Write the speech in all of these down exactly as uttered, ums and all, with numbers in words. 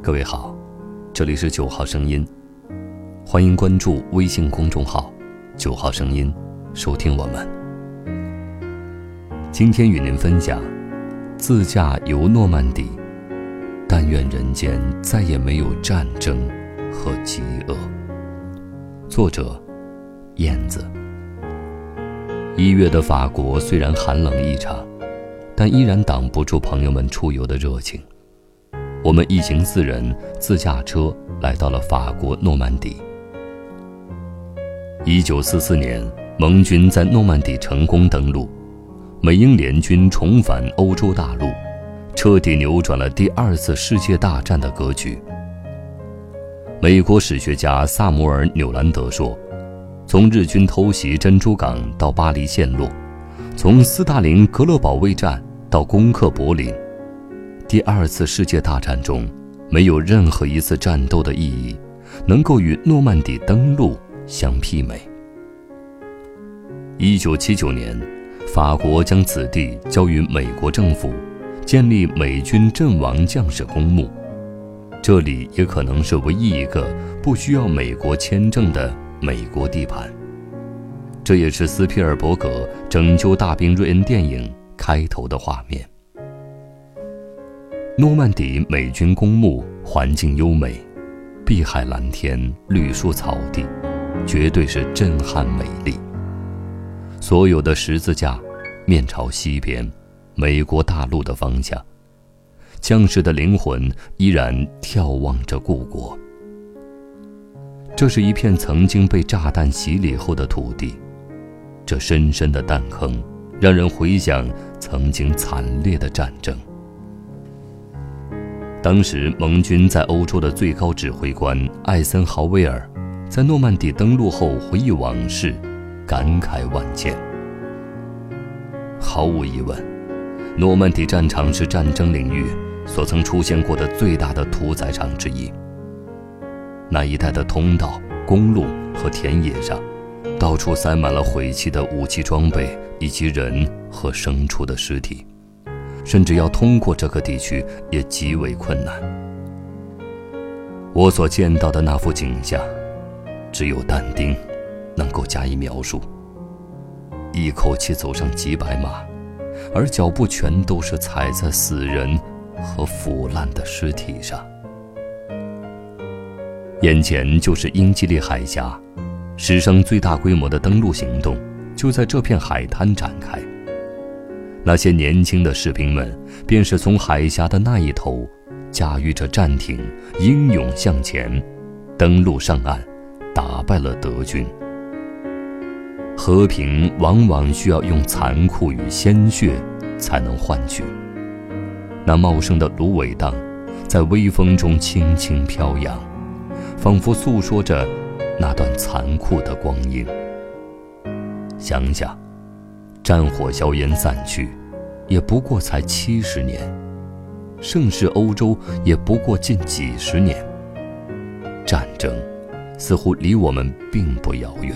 各位好，这里是九号声音，欢迎关注微信公众号九号声音，收听我们。今天与您分享自驾游诺曼底，但愿人间再也没有战争和饥饿。作者燕子。一月的法国虽然寒冷异常，但依然挡不住朋友们出游的热情。我们一行四人自驾车来到了法国诺曼底。一九四四年，盟军在诺曼底成功登陆，美英联军重返欧洲大陆，彻底扭转了第二次世界大战的格局。美国史学家萨姆尔·纽兰德说，从日军偷袭珍珠港到巴黎陷落，从斯大林格勒保卫战到攻克柏林，第二次世界大战中没有任何一次战斗的意义能够与诺曼底登陆相媲美。一九七九年，法国将此地交予美国政府，建立美军阵亡将士公墓，这里也可能是唯一一个不需要美国签证的美国地盘。这也是斯皮尔伯格拯救大兵瑞恩电影开头的画面。诺曼底美军公墓环境优美，碧海蓝天，绿树草地，绝对是震撼美丽。所有的十字架面朝西边，美国大陆的方向，将士的灵魂依然眺望着故国。这是一片曾经被炸弹洗礼后的土地，这深深的弹坑让人回想曾经惨烈的战争。当时盟军在欧洲的最高指挥官艾森豪威尔在诺曼底登陆后回忆往事，感慨万千。毫无疑问，诺曼底战场是战争领域所曾出现过的最大的屠宰场之一。那一带的通道、公路和田野上，到处塞满了毁弃的武器装备以及人和牲畜的尸体，甚至要通过这个地区也极为困难。我所见到的那幅景象，只有但丁能够加以描述。一口气走上几百码，而脚步全都是踩在死人和腐烂的尸体上。眼前就是英吉利海峡，史上最大规模的登陆行动就在这片海滩展开。那些年轻的士兵们便是从海峡的那一头驾驭着战艇英勇向前，登陆上岸，打败了德军。和平往往需要用残酷与鲜血才能换取。那茂盛的芦苇荡在微风中轻轻飘扬，仿佛诉说着那段残酷的光阴。想想，战火硝烟散去，也不过才七十年；盛世欧洲也不过近几十年。战争似乎离我们并不遥远。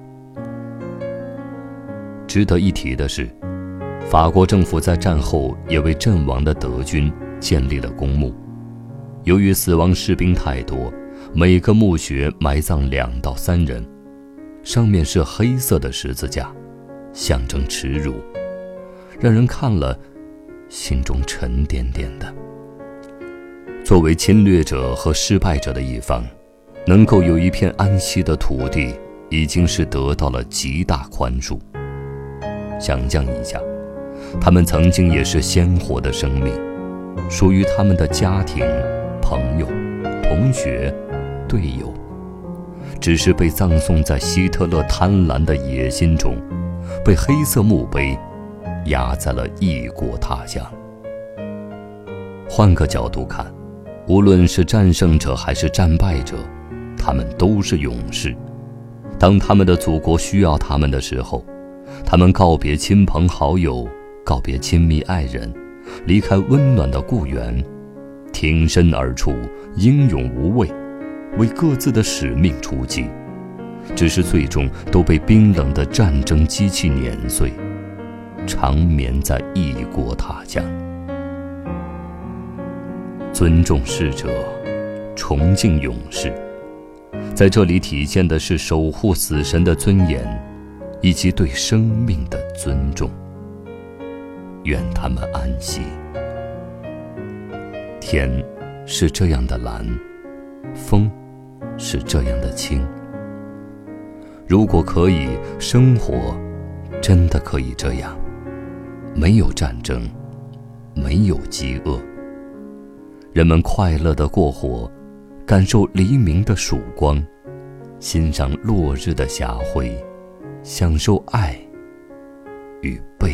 值得一提的是，法国政府在战后也为阵亡的德军建立了公墓。由于死亡士兵太多，每个墓穴埋葬两到三人，上面是黑色的十字架，象征耻辱，让人看了心中沉甸甸的。作为侵略者和失败者的一方，能够有一片安息的土地，已经是得到了极大宽恕。想象一下，他们曾经也是鲜活的生命，属于他们的家庭、朋友、同学、队友，只是被葬送在希特勒贪婪的野心中，被黑色墓碑压在了异国他乡。换个角度看，无论是战胜者还是战败者，他们都是勇士。当他们的祖国需要他们的时候，他们告别亲朋好友，告别亲密爱人，离开温暖的故园，挺身而出，英勇无畏，为各自的使命出击。只是最终都被冰冷的战争机器碾碎，长眠在异国他乡。尊重逝者， 崇敬勇士。在这里体现的是守护死神的尊严，以及对生命的尊重。愿他们安息。天是这样的蓝，风是这样的清。如果可以，生活真的可以这样，没有战争，没有饥饿，人们快乐地过活，感受黎明的曙光，欣赏落日的霞辉，享受爱与被